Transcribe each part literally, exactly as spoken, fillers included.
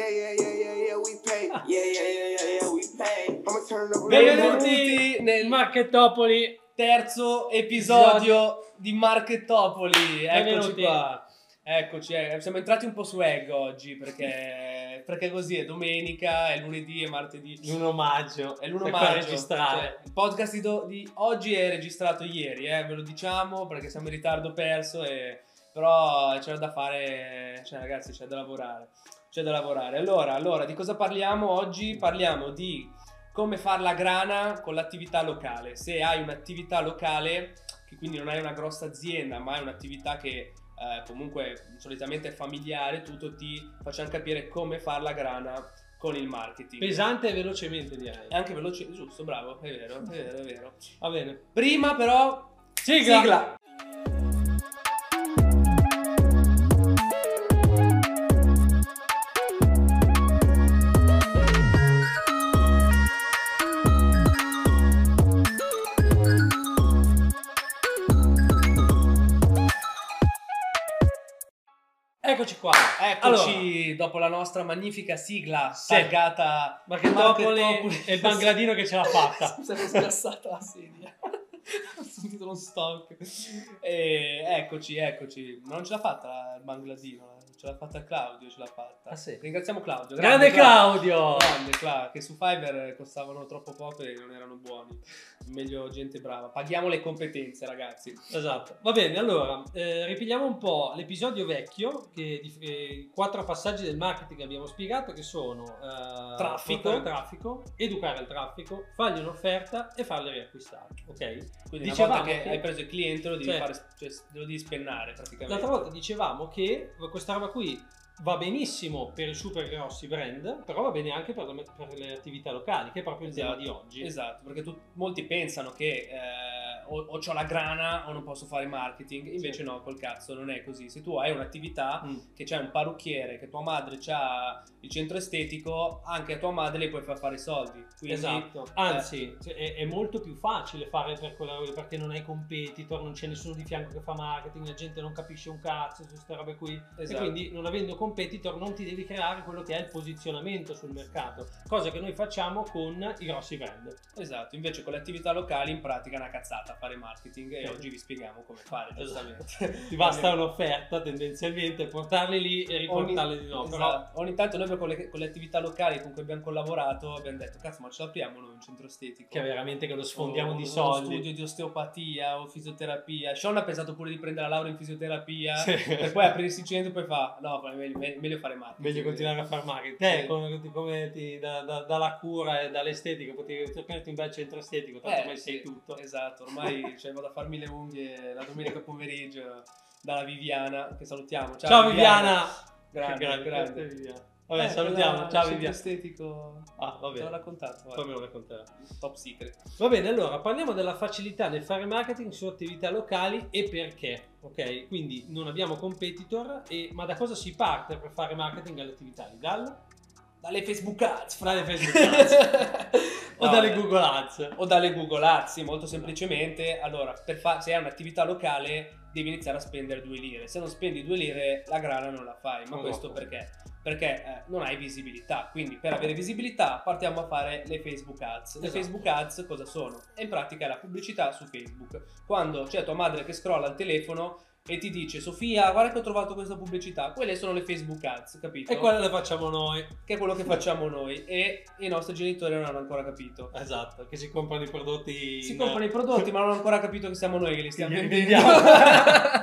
yeah, yeah, yeah, yeah, we pay. Yeah, yeah, yeah, yeah, yeah, we pay. I'ma turn up. Benvenuti nel Marchettopoli, terzo episodio di Marchettopoli. Eccoci Benvenuti. qua. Eccoci, eh. Siamo entrati un po' su egg oggi perché, perché così è domenica, è lunedì, è martedì. L'uno maggio. È l'uno per maggio. registrare. Cioè, il podcast di, do- di oggi è registrato ieri, eh, ve lo diciamo perché siamo in ritardo perso, e... però c'è da fare, cioè ragazzi c'è da lavorare. C'è da lavorare. Allora, allora, di cosa parliamo oggi? Parliamo di come far la grana con l'attività locale. Se hai un'attività locale, che quindi non hai una grossa azienda, ma hai un'attività che eh, comunque solitamente è familiare, tutto, ti facciamo capire come far la grana con il marketing. Pesante e velocemente, direi. E anche veloce, giusto, bravo, è vero, è vero, è vero. Va bene. Prima però, Sigla! sigla. Eccoci qua. Eccoci, Allora, dopo la nostra magnifica sigla Sì. targata Marchettopoli Marchettopoli. e il Bangladino che ce l'ha fatta. Mi sono scassata la sedia. Ho sentito lo stock. E eccoci, eccoci. Ma non ce l'ha fatta il Bangladino, ce l'ha fatta Claudio, ce l'ha fatta. Ah, sì. Ringraziamo Claudio. Grande Claudio! Grande Claudio, che su Fiverr costavano troppo poco e non erano buoni. Meglio gente brava. Paghiamo le competenze, ragazzi. Esatto. Va bene, allora, eh, ripigliamo un po' l'episodio vecchio, che di eh, quattro passaggi del marketing abbiamo spiegato, che sono eh, Traffico. portare traffico, educare il traffico, fargli un'offerta e farli riacquistare. Ok? Quindi Dicevamo una volta che, che- hai preso il cliente lo devi, Sì. fare, cioè, lo devi spennare praticamente. L'altra volta dicevamo che questa roba qui va benissimo per i super grossi brand, però va bene anche per le, per le attività locali, che è proprio il tema Esatto, di oggi. Esatto, perché tu- molti pensano che eh, o, o c'ho la grana o non posso fare marketing, invece Sì. no, col cazzo non è così. Se tu hai un'attività, Mm. che c'è un parrucchiere, che tua madre c'ha il centro estetico, anche a tua madre le puoi far fare i soldi. Quindi, Esatto, anzi cioè, è, è molto più facile fare per quella roba, perché non hai competitor, non c'è nessuno di fianco che fa marketing, la gente non capisce un cazzo su queste robe qui, Esatto. e quindi non avendo competitor non ti devi creare quello che è il posizionamento sul mercato, cosa che noi facciamo con i grossi brand. Esatto, invece con le attività locali in pratica è una cazzata fare marketing, e Sì. oggi vi spieghiamo come fare, giustamente. Ti basta un'offerta tendenzialmente, portarli lì e riportarli Ogni, di nuovo, esatto. Ogni tanto noi con le, con le attività locali con cui abbiamo collaborato abbiamo detto cazzo, ma ce l'apriamo noi un centro estetico, che veramente che lo sfondiamo o, di uno soldi. studio di osteopatia o fisioterapia. Sean ha pensato pure di prendere la laurea in fisioterapia, Sì. per poi aprirsi il centro e poi fa no, fa- meglio, meglio fare marketing. Meglio continuare a fare marketing. Te, Sì. come, come ti, da, da- dalla cura e dall'estetica, potevi prenderti un bel centro estetico, tanto Eh, ormai sei sì, tutto. esatto, ormai cioè, vado a farmi le unghie la domenica pomeriggio dalla Viviana, che salutiamo. Ciao, Ciao Viviana! Grande, Grande, grande. grande Viviana. Vabbè, Eh, salutiamo. quella- Ciao il Viviana. centro estetico. Ah, va Te l'ho bene. raccontato, Poi guarda. me lo racconterà. Top secret. Va bene, allora parliamo della facilità nel fare marketing su attività locali e perché. Ok, quindi non abbiamo competitor, e, ma da cosa si parte per fare marketing alle attività? Dal? Dalle Facebook Ads, Dalle Facebook Ads. o No, dalle eh. Google Ads. O dalle Google Ads, sì, molto semplicemente. Allora, per fa- se hai un'attività locale devi iniziare a spendere due lire. Se non spendi due lire la grana non la fai. Ma No, questo no. perché? Perché eh, non hai visibilità. Quindi per avere visibilità partiamo a fare le Facebook Ads. Le Esatto. Facebook Ads cosa sono? E in pratica è la pubblicità su Facebook. Quando c'è tua madre che scrolla il telefono e ti dice Sofia, guarda che ho trovato questa pubblicità, quelle sono le Facebook Ads, capito? E quelle le facciamo noi. Che è quello che facciamo noi, e i nostri genitori non hanno ancora capito. Esatto, che si comprano i prodotti. Si in- comprano i prodotti ma non hanno ancora capito che siamo noi che li stiamo Li vendendo. vendiamo.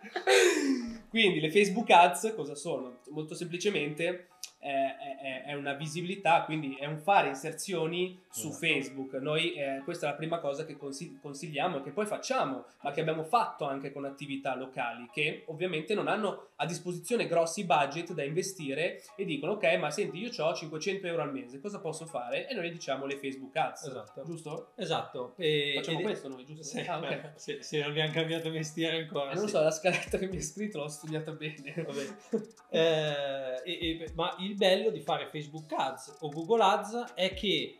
Quindi le Facebook Ads cosa sono? Molto semplicemente eh, è, è una visibilità, quindi è un fare inserzioni su Esatto. Facebook. Noi eh, questa è la prima cosa che consi- consigliamo e che poi facciamo, ma che abbiamo fatto anche con attività locali che ovviamente non hanno a disposizione grossi budget da investire e dicono ok, ma senti, io ho cinquecento euro al mese, cosa posso fare? E noi gli diciamo le Facebook Ads. Esatto. Giusto? Esatto. E, Facciamo ed- questo noi, giusto? Sì, Ah, ok. beh, sì, sì, non abbiamo cambiato mestiere ancora. Eh, non sì. so, la scaletta che mi hai scritto l'ho studiata bene. Vabbè. Eh, e- e- ma il bello di fare Facebook Ads o Google Ads è che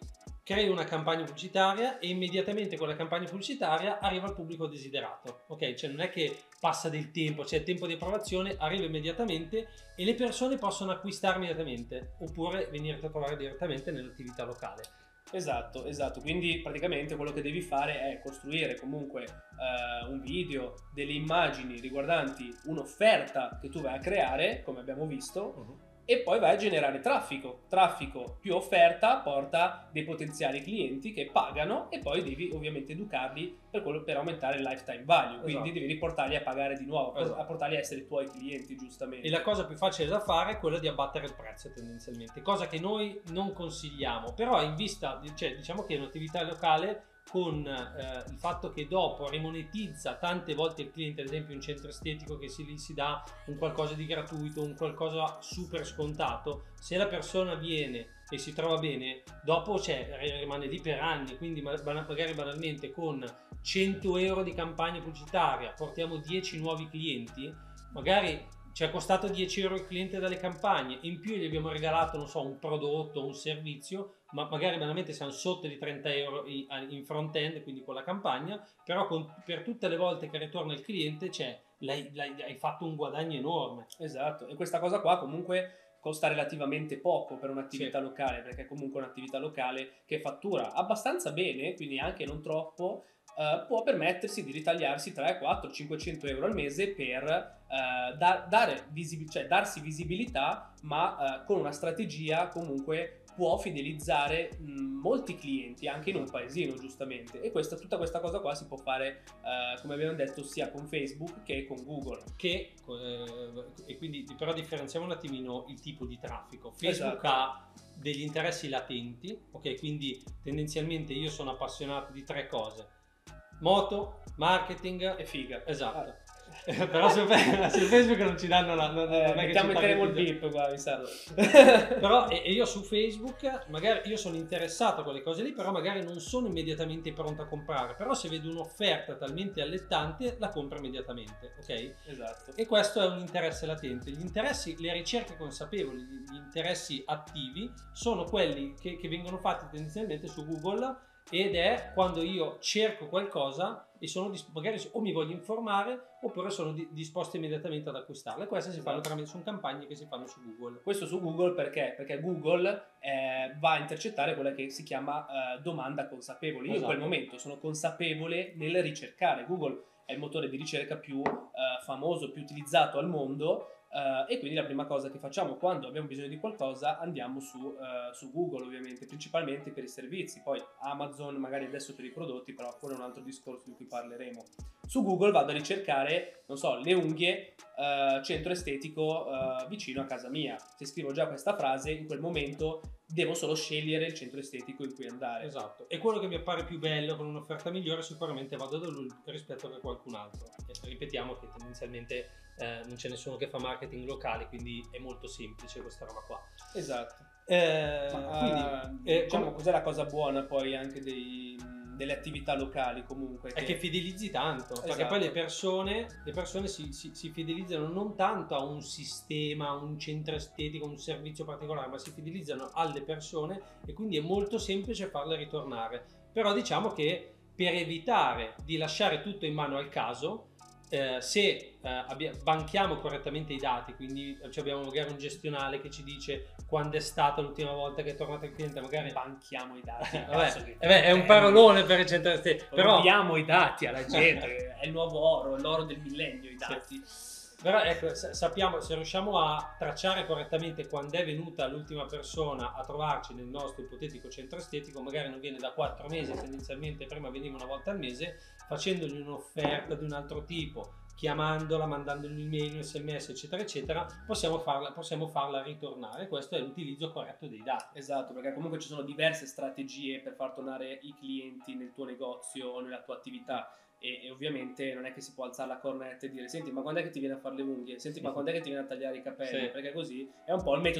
crei una campagna pubblicitaria e immediatamente con la campagna pubblicitaria arriva al pubblico desiderato, ok? Cioè non è che passa del tempo, c'è il tempo di approvazione, arriva immediatamente e le persone possono acquistare immediatamente oppure venire a trovare direttamente nell'attività locale. Esatto, esatto, quindi praticamente quello che devi fare è costruire comunque eh, un video, delle immagini riguardanti un'offerta che tu vai a creare, come abbiamo visto, Uh-huh. e poi vai a generare traffico. Traffico più offerta porta dei potenziali clienti che pagano e poi devi ovviamente educarli per, quello, per aumentare il lifetime value, quindi Esatto. devi riportarli a pagare di nuovo, Esatto. a portarli a essere i tuoi clienti, giustamente. E la cosa più facile da fare è quella di abbattere il prezzo tendenzialmente, cosa che noi non consigliamo, però in vista, cioè diciamo che è un'attività locale con eh, il fatto che dopo rimonetizza tante volte il cliente, ad esempio un centro estetico che si, si dà un qualcosa di gratuito, un qualcosa super scontato, se la persona viene e si trova bene, dopo cioè, rimane lì per anni, quindi magari banalmente con cento euro di campagna pubblicitaria portiamo dieci nuovi clienti, magari ci è costato dieci euro il cliente dalle campagne, in più gli abbiamo regalato, non so, un prodotto, un servizio, ma magari banalmente siamo sotto di trenta euro in front end, quindi con la campagna, però con, per tutte le volte che ritorna il cliente c'è, l'hai, l'hai, hai fatto un guadagno enorme. Esatto, e questa cosa qua comunque costa relativamente poco per un'attività Sì. locale, perché è comunque un'attività locale che fattura abbastanza bene, quindi anche non troppo, Uh, può permettersi di ritagliarsi tre, quattro, cinquecento euro al mese per uh, da, dare visib- cioè darsi visibilità, ma uh, con una strategia comunque può fidelizzare mh, molti clienti anche in un paesino, giustamente. E questa, tutta questa cosa qua si può fare, uh, come abbiamo detto, sia con Facebook che con Google. Che, eh, e quindi però differenziamo un attimino il tipo di traffico. Facebook Esatto. ha degli interessi latenti, ok? Quindi tendenzialmente io sono appassionato di tre cose: moto, marketing e figa. Esatto. Ah. Però su, su Facebook non ci danno la non, eh, non è mettiamo, che ci metteremo il pagano- beep qua, mi sa. Però e, e io su Facebook magari io sono interessato a quelle cose lì, però magari non sono immediatamente pronto a comprare, però se vedo un'offerta talmente allettante la compro immediatamente, ok? Esatto. E questo è un interesse latente. Gli interessi, le ricerche consapevoli, gli interessi attivi sono quelli che, che vengono fatti tendenzialmente su Google, ed è quando io cerco qualcosa e sono dis- magari o mi voglio informare oppure sono di- disposto immediatamente ad acquistarla. E queste si fanno tramite, sono campagne che si fanno su Google. Questo su Google perché? Perché Google eh, va a intercettare quella che si chiama eh, domanda consapevole. Io Esatto. in quel momento sono consapevole nel ricercare. Google è il motore di ricerca più eh, famoso, più utilizzato al mondo. Uh, e quindi la prima cosa che facciamo quando abbiamo bisogno di qualcosa andiamo su, uh, su Google, ovviamente, principalmente per i servizi, poi Amazon magari adesso per i prodotti, però quello è un altro discorso di cui parleremo. Su Google vado a ricercare, non so, le unghie, uh, centro estetico uh, vicino a casa mia. Se scrivo già questa frase, in quel momento devo solo scegliere il centro estetico in cui andare. Esatto. E quello che mi appare più bello con un'offerta migliore sicuramente vado da lui rispetto a qualcun altro. E ripetiamo che tendenzialmente eh, non c'è nessuno che fa marketing locale, quindi è molto semplice questa roba qua. Esatto. Eh, Ma, quindi, uh, eh, diciamo, come... cos'è la cosa buona poi anche dei, delle attività locali comunque? È che fidelizzi tanto, Esatto. perché poi le persone, le persone si, si, si fidelizzano non tanto a un sistema, a un centro estetico, un servizio particolare, ma si fidelizzano alle persone e quindi è molto semplice farle ritornare. Però diciamo che per evitare di lasciare tutto in mano al caso, Eh, se eh, abbia, banchiamo correttamente i dati, quindi cioè abbiamo magari un gestionale che ci dice quando è stata l'ultima volta che è tornato il cliente, magari banchiamo i dati. vabbè, che... eh beh, è un parolone per il centro estetico, però diamo i dati alla gente, è il nuovo oro, l'oro del millennio i dati. Sì. Però ecco, sappiamo, se riusciamo a tracciare correttamente quando è venuta l'ultima persona a trovarci nel nostro ipotetico centro estetico, magari non viene da quattro mesi, tendenzialmente prima veniva una volta al mese, facendogli un'offerta di un altro tipo, chiamandola, mandandogli un'email, un sms, eccetera, eccetera, possiamo farla, possiamo farla ritornare. Questo è l'utilizzo corretto dei dati. Esatto, perché comunque ci sono diverse strategie per far tornare i clienti nel tuo negozio o nella tua attività. E, e ovviamente non è che si può alzare la cornetta e dire senti ma quando è che ti viene a fare le unghie, senti ma quando è che ti viene a tagliare i capelli, Sì. perché così è un po' il metodo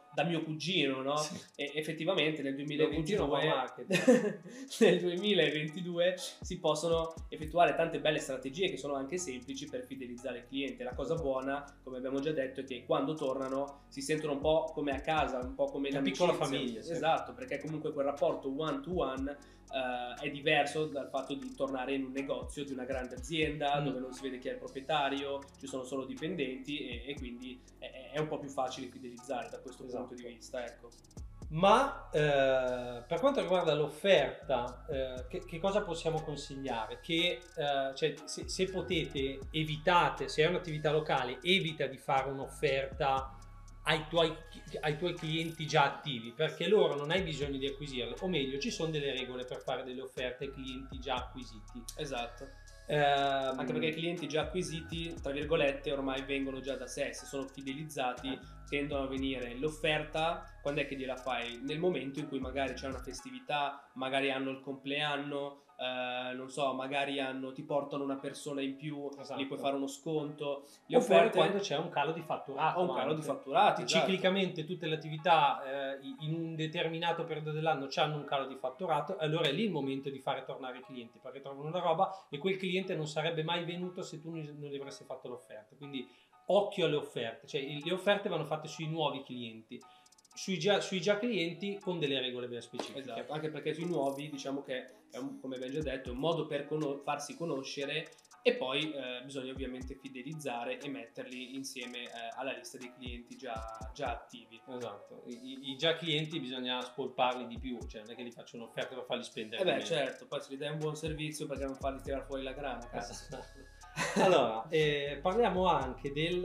da mio cugino, no? Sì. E effettivamente nel Cugino duemilaventidue market. nel duemilaventidue si possono effettuare tante belle strategie che sono anche semplici per fidelizzare il cliente. La cosa buona, come abbiamo già detto, è che quando tornano si sentono un po' come a casa, un po' come Una l'amicizia. piccola famiglia, sì. Esatto, perché comunque quel rapporto one to one uh, è diverso dal fatto di tornare in un negozio di una grande azienda Mm. dove non si vede chi è il proprietario, ci sono solo dipendenti e, e quindi è, è un po' più facile fidelizzare da questo Esatto. punto di vista, ecco. Ma eh, per quanto riguarda l'offerta, eh, che, che cosa possiamo consigliare? Che eh, cioè, se, se potete, evitate, se è un'attività locale, evita di fare un'offerta ai tuoi, ai tuoi clienti già attivi, perché loro non hai bisogno di acquisirle, o meglio, ci sono delle regole per fare delle offerte ai clienti già acquisiti. Esatto. Ehm, Anche perché i clienti già acquisiti, tra virgolette, ormai vengono già da sé, se sono fidelizzati tendono a venire. L'offerta quando è che gliela fai? Nel momento in cui magari c'è una festività, magari hanno il compleanno, eh, non so, magari hanno, ti portano una persona in più, Esatto. gli puoi fare uno sconto. Le oppure offerte quando c'è un calo di fatturato, o un calo anche. di fatturati, esatto. Ciclicamente tutte le attività eh, in un determinato periodo dell'anno hanno un calo di fatturato, e allora è lì il momento di fare tornare i clienti, perché trovano una roba e quel cliente non sarebbe mai venuto se tu non gli avresti fatto l'offerta. Quindi occhio alle offerte, cioè le offerte vanno fatte sui nuovi clienti, sui già, sui già clienti con delle regole ben specifiche. Esatto, anche perché sui nuovi diciamo che è un, come abbiamo già detto, è un modo per cono- farsi conoscere, e poi eh, bisogna ovviamente fidelizzare e metterli insieme eh, alla lista dei clienti già, già attivi. Esatto, I, i già clienti bisogna spolparli di più, cioè non è che li faccio un'offerta per farli spendere. Eh beh, meno. certo, poi se gli dai un buon servizio perché non farli tirare fuori la grana, cazzo. Esatto. Allora, eh, parliamo anche del,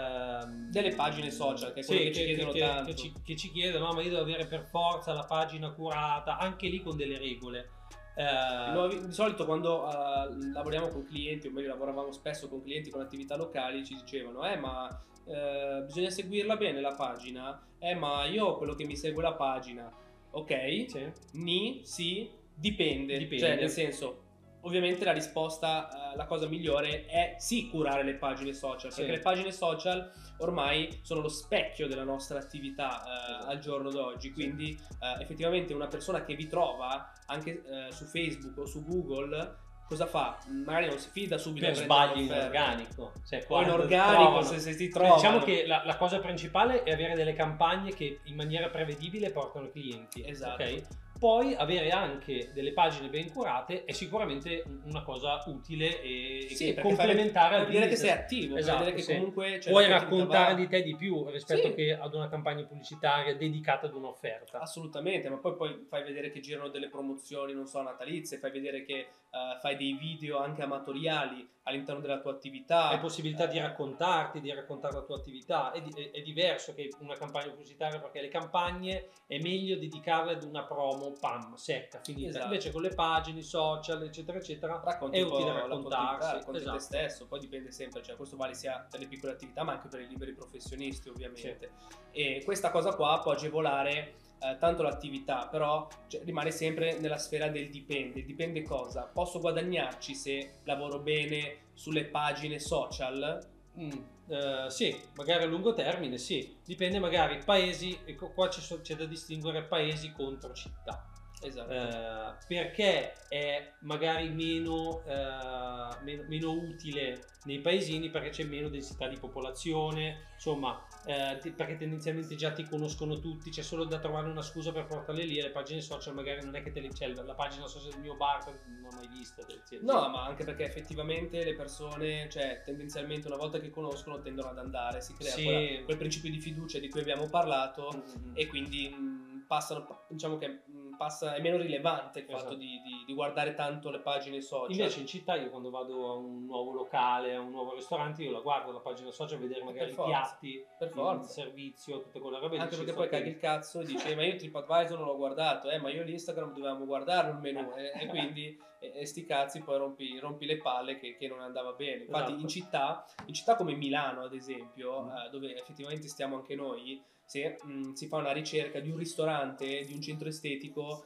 ehm, delle pagine social, che è sì, quello che ci chiedono che, tanto. Che ci, che ci chiedono, no, ma io devo avere per forza la pagina curata, anche lì con delle regole. Eh, Noi, di solito quando uh, lavoriamo con clienti, o meglio lavoravamo spesso con clienti con attività locali, ci dicevano eh ma eh, bisogna seguirla bene la pagina, eh ma io ho quello che mi segue la pagina, ok? sì. Ni, sì, dipende. Dipende. Cioè nel senso, ovviamente la risposta, uh, la cosa migliore è sì curare le pagine social, Sì. perché le pagine social ormai sono lo specchio della nostra attività uh, Esatto. al giorno d'oggi, quindi uh, effettivamente una persona che vi trova anche uh, su Facebook o su Google cosa fa? Magari non si fida subito Per a prendere sbagli in l'offerta. organico, cioè, o in quando organico trovano- se, se ti Beh, trovano. diciamo che la, la cosa principale è avere delle campagne che in maniera prevedibile portano clienti. Esatto. Ok? Poi avere anche delle pagine ben curate è sicuramente una cosa utile e Sì, perché complementare fai al vedere che business. sei attivo, Esatto, fai vedere che sì. comunque c'è Puoi la tua attività raccontare va- di te di più rispetto Sì. che ad una campagna pubblicitaria dedicata ad un'offerta. Assolutamente, ma poi, poi fai vedere che girano delle promozioni, non so, natalizie, fai vedere che uh, fai dei video anche amatoriali all'interno della tua attività. Hai possibilità di Eh, raccontarti, di raccontare la tua attività. È, di- è- è diverso che una campagna pubblicitaria, perché le campagne è meglio dedicarle ad una promo, pam, secca, finita. Esatto. Invece con le pagine, i social, eccetera, eccetera, racconti è un po' utile la tua attività, raccontarsi. racconti Esatto. te stesso, poi dipende sempre, cioè questo vale sia per le piccole attività ma anche per i liberi professionisti ovviamente. E questa cosa qua può agevolare eh, tanto l'attività, però cioè, rimane sempre nella sfera del dipende. Dipende cosa? Posso guadagnarci se lavoro bene sulle pagine social? Mm, eh, sì, magari a lungo termine, sì. Dipende magari paesi, ecco qua c'è, so- c'è da distinguere paesi contro città. Esatto. Eh, perché è magari meno, eh, meno, meno utile nei paesini, perché c'è meno densità di popolazione, insomma, eh, ti- perché tendenzialmente già ti conoscono tutti, c'è solo da trovare una scusa per portarle lì, e le pagine social magari non è che te le c'è, la pagina social del mio bar non l'ho mai vista. No, ma anche perché effettivamente le persone, cioè tendenzialmente una volta che conoscono tendono ad andare, si crea Sì. quella- quel principio di fiducia di cui abbiamo parlato Mm. e quindi mh, passano, diciamo che mh, passa, è meno rilevante il fatto Esatto. di, di- di guardare tanto le pagine social. Invece in città io quando vado a un nuovo locale, a un nuovo ristorante, io la guardo la pagina social, vedere magari Per i forza, piatti, per il forza. servizio, tutte quelle robe lì. Anche Ci perché sto poi caghi il attento. cazzo e dici "Eh, ma io TripAdvisor non l'ho guardato, eh, ma io l'Instagram dovevamo guardarlo il menu e, e quindi e, e sti cazzi poi rompi, rompi le palle che, che non andava bene. Infatti Esatto. in città, in città come Milano ad esempio, Mm. eh, dove effettivamente stiamo anche noi, se mh, si fa una ricerca di un ristorante, di un centro estetico,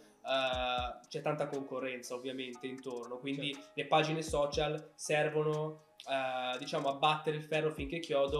eh, c'è tanta concorrenza ovviamente intorno, quindi Certo. le pagine social servono eh, diciamo a battere il ferro finché chiodo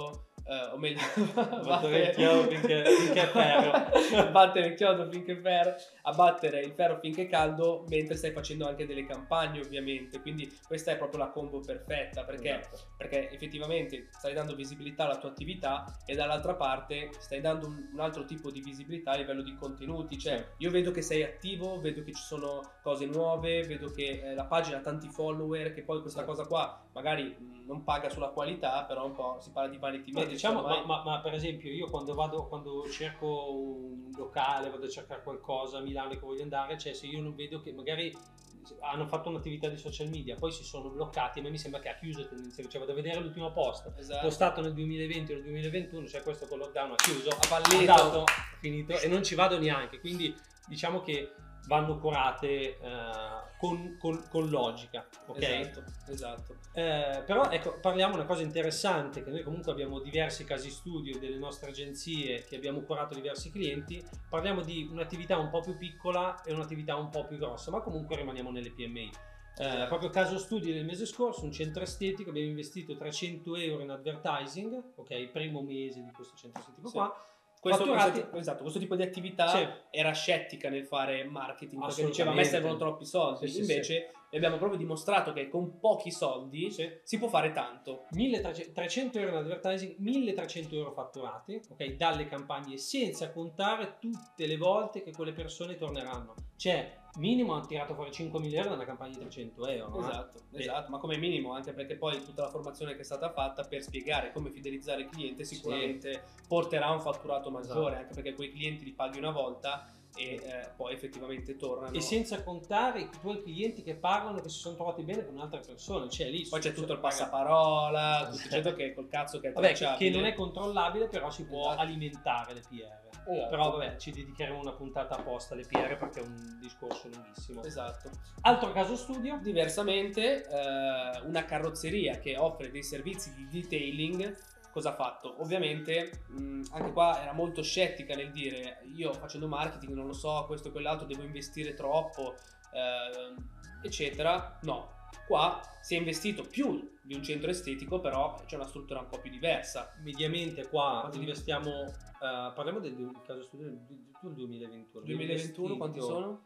eh, o meglio, battere il chiodo finché, finché è ferro. battere il chiodo finché è ferro, abbattere il ferro finché è caldo, mentre stai facendo anche delle campagne, ovviamente. Quindi questa è proprio la combo perfetta, perché, Esatto. perché effettivamente stai dando visibilità alla tua attività e dall'altra parte stai dando un, un altro tipo di visibilità a livello di contenuti. Cioè, Sì. io vedo che sei attivo, vedo che ci sono cose nuove, vedo che eh, la pagina ha tanti follower, che poi questa Sì. cosa qua magari mh, non paga sulla qualità, però un po' si parla di vanity Ma, metrics, diciamo, ormai. ma, ma, ma per esempio io quando vado, quando cerco un locale, vado a cercare qualcosa a Milano che voglio andare, cioè se io non vedo che magari hanno fatto un'attività di social media, poi si sono bloccati, a me mi sembra che ha chiuso tendenzialmente, cioè vado a vedere l'ultimo post, Esatto. postato nel duemilaventi o nel duemilaventuno, cioè questo con lockdown ha chiuso, Ha fallito. andato, ha finito e non ci vado neanche, quindi diciamo che vanno curate eh, con, con, con logica, ok? Esatto, esatto. Eh, però ecco, parliamo una cosa interessante, che noi comunque abbiamo diversi casi studio delle nostre agenzie che abbiamo curato diversi clienti, parliamo di un'attività un po' più piccola e un'attività un po' più grossa, ma comunque rimaniamo nelle P M I. Eh, proprio caso studio del mese scorso, un centro estetico, abbiamo investito trecento euro in advertising, ok, il primo mese di questo centro estetico Sì. qua. Questo, Fatturati- questo- esatto, questo tipo di attività Sì. era scettica nel fare marketing, perché Assolutamente. diceva a me servono troppi soldi, Sì, sì, invece vi abbiamo proprio dimostrato che con pochi soldi Sì. si può fare tanto. milletrecento euro in advertising, milletrecento euro fatturati, ok, dalle campagne, senza contare tutte le volte che quelle persone torneranno. Cioè, minimo hanno tirato fuori cinquemila euro da una campagna di trecento euro. eh. Esatto, E- esatto, ma come minimo, anche perché poi tutta la formazione che è stata fatta per spiegare come fidelizzare il cliente sicuramente porterà a un fatturato maggiore, Esatto. anche perché quei clienti li paghi una volta e eh, poi effettivamente tornano. E senza contare i tuoi clienti che parlano che si sono trovati bene con altre persone, cioè lì Poi c'è su- tutto il su- passaparola, tutto Sì. certo che col cazzo che è Vabbè, che, tracciabile. che non è controllabile, però si può Esatto. alimentare le P R. Esatto. Però vabbè, ci dedicheremo una puntata apposta alle P R perché è un discorso lunghissimo. Esatto. Altro caso studio? Diversamente, eh, una carrozzeria che offre dei servizi di detailing, cosa ha fatto? Ovviamente, mh, anche qua era molto scettica nel dire io facendo marketing non lo so, questo e quell'altro, devo investire troppo, eh, eccetera. No, qua si è investito più di un centro estetico, però c'è una struttura un po' più diversa. Mediamente qua Quanti- investiamo, eh, parliamo del, del caso studio del, del duemilaventuno. duemilaventuno quanti sono?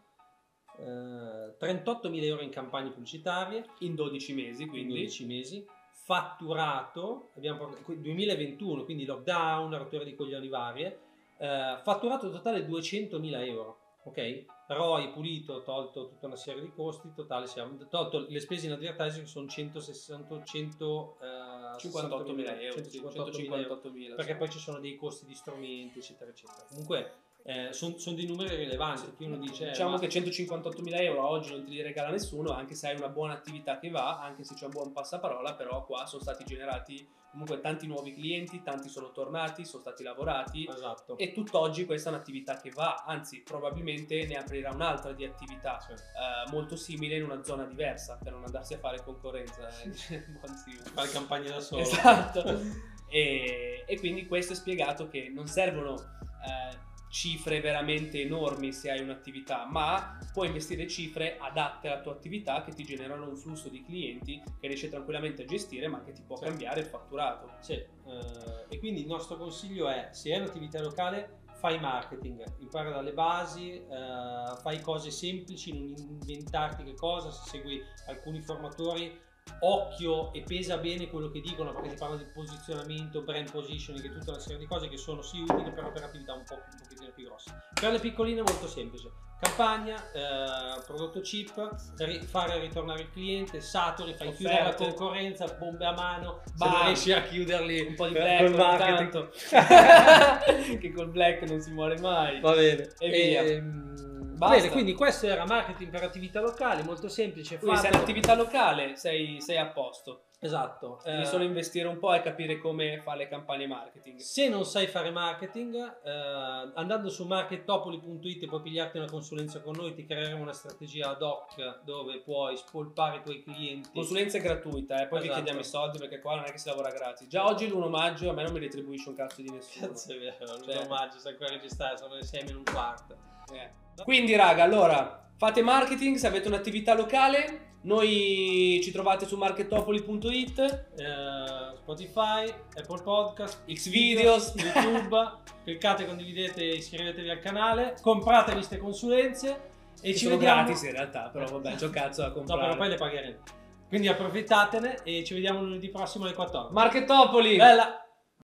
Eh, trentottomila euro in campagne pubblicitarie, In dodici mesi, quindi quindi. dodici mesi, fatturato, abbiamo portato- duemilaventuno, quindi lockdown, rotture di coglioni varie, eh, fatturato totale duecentomila euro, ok? R O I pulito, tolto tutta una serie di costi, totale siamo, tolto le spese in advertising sono centosessanta, cento, eh, cinquantottomila euro, centocinquantottomila euro, centocinquantaottomila. perché poi ci sono dei costi di strumenti, eccetera, eccetera. Comunque eh, sono dei numeri rilevanti, che uno dice... Diciamo ma- che centocinquantottomila euro oggi non te li regala nessuno, anche se hai una buona attività che va, anche se c'è un buon passaparola, però qua sono stati generati comunque tanti nuovi clienti, tanti sono tornati, sono stati lavorati Esatto. e tutt'oggi questa è un'attività che va, anzi probabilmente ne aprirà un'altra di attività Sì. eh, molto simile in una zona diversa per non andarsi a fare concorrenza. eh. Anzi, Fare campagne da solo. Esatto. E, e quindi questo è spiegato che non servono eh, cifre veramente enormi se hai un'attività, ma puoi investire cifre adatte alla tua attività che ti generano un flusso di clienti che riesci tranquillamente a gestire, ma che ti può Sì. cambiare il fatturato. Sì, eh, e quindi il nostro consiglio è: se hai un'attività locale, fai marketing, impara dalle basi, eh, fai cose semplici, non inventarti che cosa, se segui alcuni formatori, occhio e pesa bene quello che dicono, perché si parla di posizionamento, brand positioning e tutta una serie di cose che sono sì utili, però per attività un po' più, un pochettino più grosse. Per le piccoline è molto semplice: campagna, eh, prodotto cheap, ri- fare ritornare il cliente, saturi, fai Offerte. chiudere la concorrenza, bombe a mano, se Bam. non riesci a chiuderli Un po' di per- black col ogni marketing. tanto. Che col black non si muore mai. Va bene. E via. Ehm, Basta. Bene, quindi questo era marketing per attività locali, molto semplice. Quindi se fatto- hai un'attività locale sei, sei a posto. Esatto. Devi eh, solo investire un po' e capire come fare le campagne marketing. Se non sai fare marketing, eh, andando su markettopoli punto it puoi pigliarti una consulenza con noi, ti creeremo una strategia ad hoc dove puoi spolpare i tuoi clienti. Consulenza è gratuita, eh, poi vi Esatto. chiediamo i soldi perché qua non è che si lavora gratis. Già oggi l'primo maggio a me non mi retribuisce un cazzo di nessuno. Cazzo è vero, Cioè- l'uno maggio, sei ancora registrato, sono le sei meno un quarto. Eh. Quindi raga, allora Fate marketing se avete un'attività locale. Noi ci trovate su marketopoli punto it, eh, Spotify, Apple Podcast, Xvideos, YouTube. Cliccate, condividete, iscrivetevi al canale, compratevi queste consulenze e ci ci sono vediamo. gratis in realtà, però vabbè, c'ho cazzo da No, comprare. però poi le pagheremo. Quindi approfittatene e ci vediamo lunedì prossimo alle quattordici. Marketopoli! Bella!